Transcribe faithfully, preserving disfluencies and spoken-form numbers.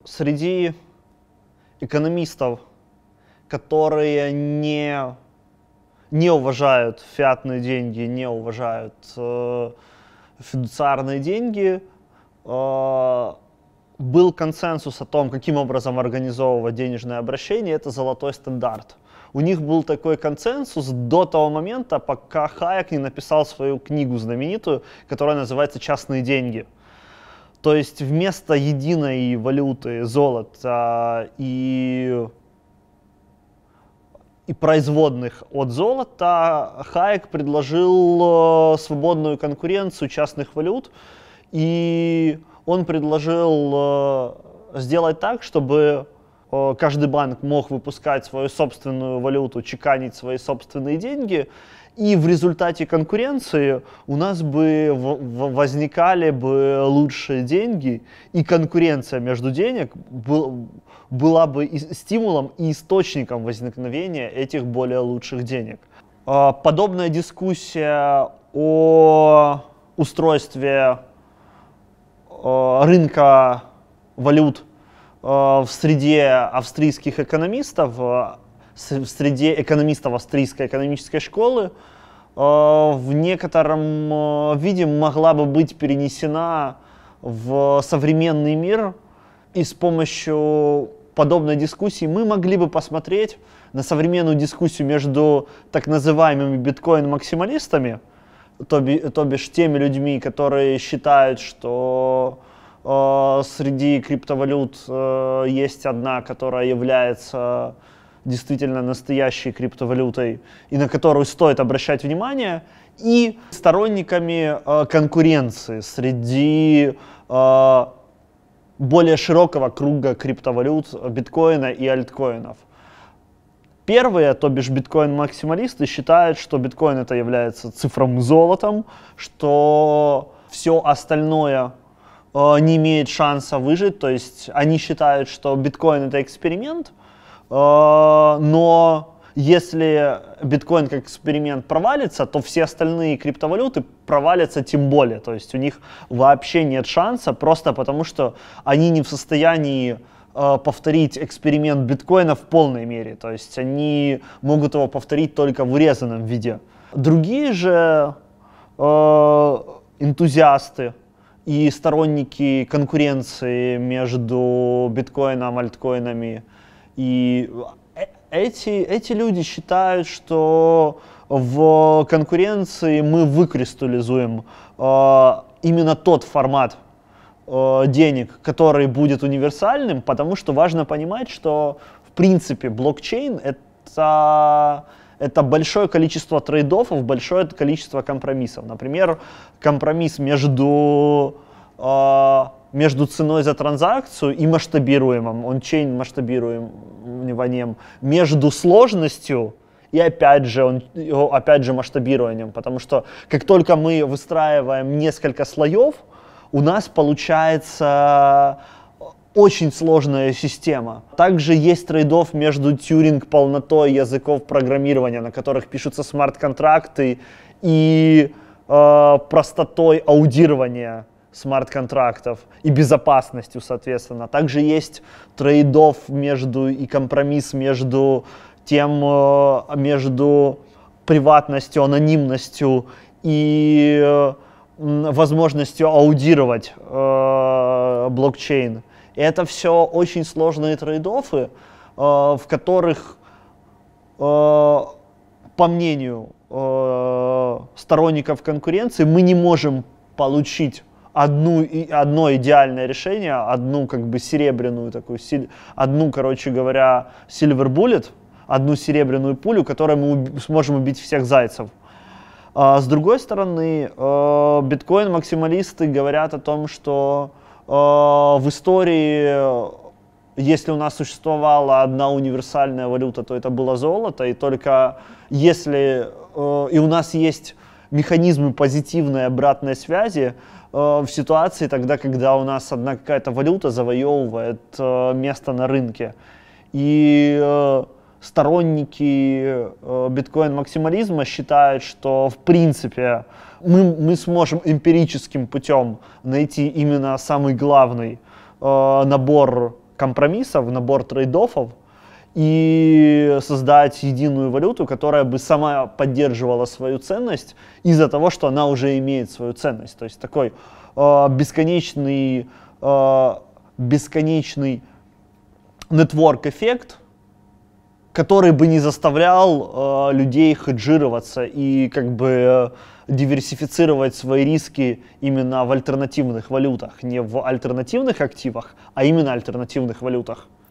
Среди экономистов, которые не, не уважают фиатные деньги, не уважают э, фидуциарные деньги, э, был консенсус о том, каким образом организовывать денежное обращение, это золотой стандарт. У них был такой консенсус до того момента, пока Хайек не написал свою книгу знаменитую, которая называется «Частные деньги». То есть вместо единой валюты золота и, и производных от золота Хайек предложил свободную конкуренцию частных валют, и он предложил сделать так, чтобы каждый банк мог выпускать свою собственную валюту, чеканить свои собственные деньги, и в результате конкуренции у нас бы возникали бы лучшие деньги, и конкуренция между денег был, была бы и стимулом и источником возникновения этих более лучших денег. Подобная дискуссия о устройстве рынка валют в среде австрийских экономистов, в среде экономистов австрийской экономической школы в некотором виде могла бы быть перенесена в современный мир, и с помощью подобной дискуссии мы могли бы посмотреть на современную дискуссию между так называемыми биткоин-максималистами, то, то бишь теми людьми, которые считают, что э, среди криптовалют э, есть одна, которая является действительно настоящей криптовалютой и на которую стоит обращать внимание, и сторонниками э, конкуренции среди э, более широкого круга криптовалют, биткоина и альткоинов. Первые, то бишь биткоин-максималисты, считают, что биткоин это является цифровым золотом, что все остальное э, не имеет шанса выжить, то есть они считают, что биткоин это эксперимент, э, но если биткоин как эксперимент провалится, то все остальные криптовалюты провалятся тем более, то есть у них вообще нет шанса, просто потому что они не в состоянии повторить эксперимент биткоина в полной мере, то есть они могут его повторить только в урезанном виде. Другие же э, энтузиасты и сторонники конкуренции между биткоином, альткоинами, и эти, эти люди считают, что в конкуренции мы выкристаллизуем э, именно тот формат денег, который будет универсальным, потому что важно понимать, что в принципе блокчейн это, это большое количество трейд-оффов, большое количество компромиссов. Например, компромисс между, э, между ценой за транзакцию и масштабируемым, он-чейн масштабированием, между сложностью и опять же, он, опять же масштабированием, потому что как только мы выстраиваем несколько слоев, у нас получается очень сложная система. Также есть трейд-офф между тьюринг-полнотой языков программирования, на которых пишутся смарт-контракты, и э, простотой аудирования смарт-контрактов и безопасностью, соответственно. Также есть трейд-офф между и компромисс между тем, э, между приватностью, анонимностью и э, возможностью аудировать э, блокчейн. И это все очень сложные трейд-оффы, э, в которых, э, по мнению э, сторонников конкуренции, мы не можем получить одну, одно идеальное решение, одну как бы серебряную такую, одну, короче говоря, silver bullet, одну серебряную пулю, которой мы сможем убить всех зайцев. С другой стороны, биткоин-максималисты говорят о том, что в истории, если у нас существовала одна универсальная валюта, то это было золото, и только если и у нас есть механизмы позитивной обратной связи в ситуации тогда, когда у нас одна какая-то валюта завоевывает место на рынке. И сторонники э, биткоин-максимализма считают, что в принципе мы, мы сможем эмпирическим путем найти именно самый главный э, набор компромиссов, набор трейд-оффов и создать единую валюту, которая бы сама поддерживала свою ценность из-за того, что она уже имеет свою ценность. То есть такой э, бесконечный, э, бесконечный нетворк-эффект, который бы не заставлял э, людей хеджироваться и как бы э, диверсифицировать свои риски именно в альтернативных валютах, не в альтернативных активах, а именно альтернативных валютах.